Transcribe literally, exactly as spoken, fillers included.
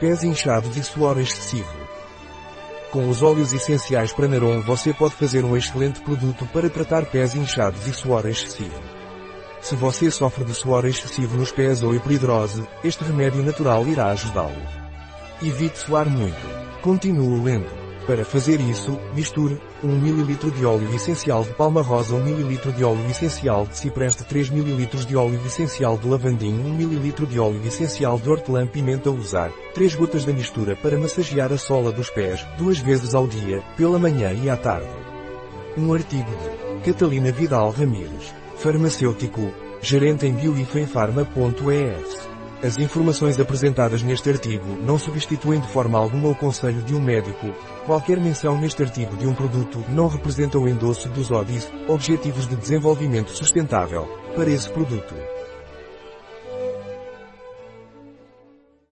pés inchados e suor excessivo. Com os óleos essenciais Pranarom você pode fazer um excelente produto para tratar pés inchados e suor excessivo. Se você sofre de suor excessivo nos pés ou hiperidrose, este remédio natural irá ajudá-lo. Evite suar muito. Continue lendo. Para fazer isso, misture um mililitro de óleo essencial de palma rosa, um mililitro de óleo essencial de cipreste, três mililitros de óleo essencial de lavandim, um mililitro de óleo essencial de hortelã-pimenta a usar, três gotas da mistura para massagear a sola dos pés, duas vezes ao dia, pela manhã e à tarde. Um artigo de Catalina Vidal Ramírez, farmacêutico, gerente em bioifenfarma ponto es. As informações apresentadas neste artigo não substituem de forma alguma o conselho de um médico. Qualquer menção neste artigo de um produto não representa o endosso dos O D I S, Objetivos de Desenvolvimento Sustentável, para esse produto.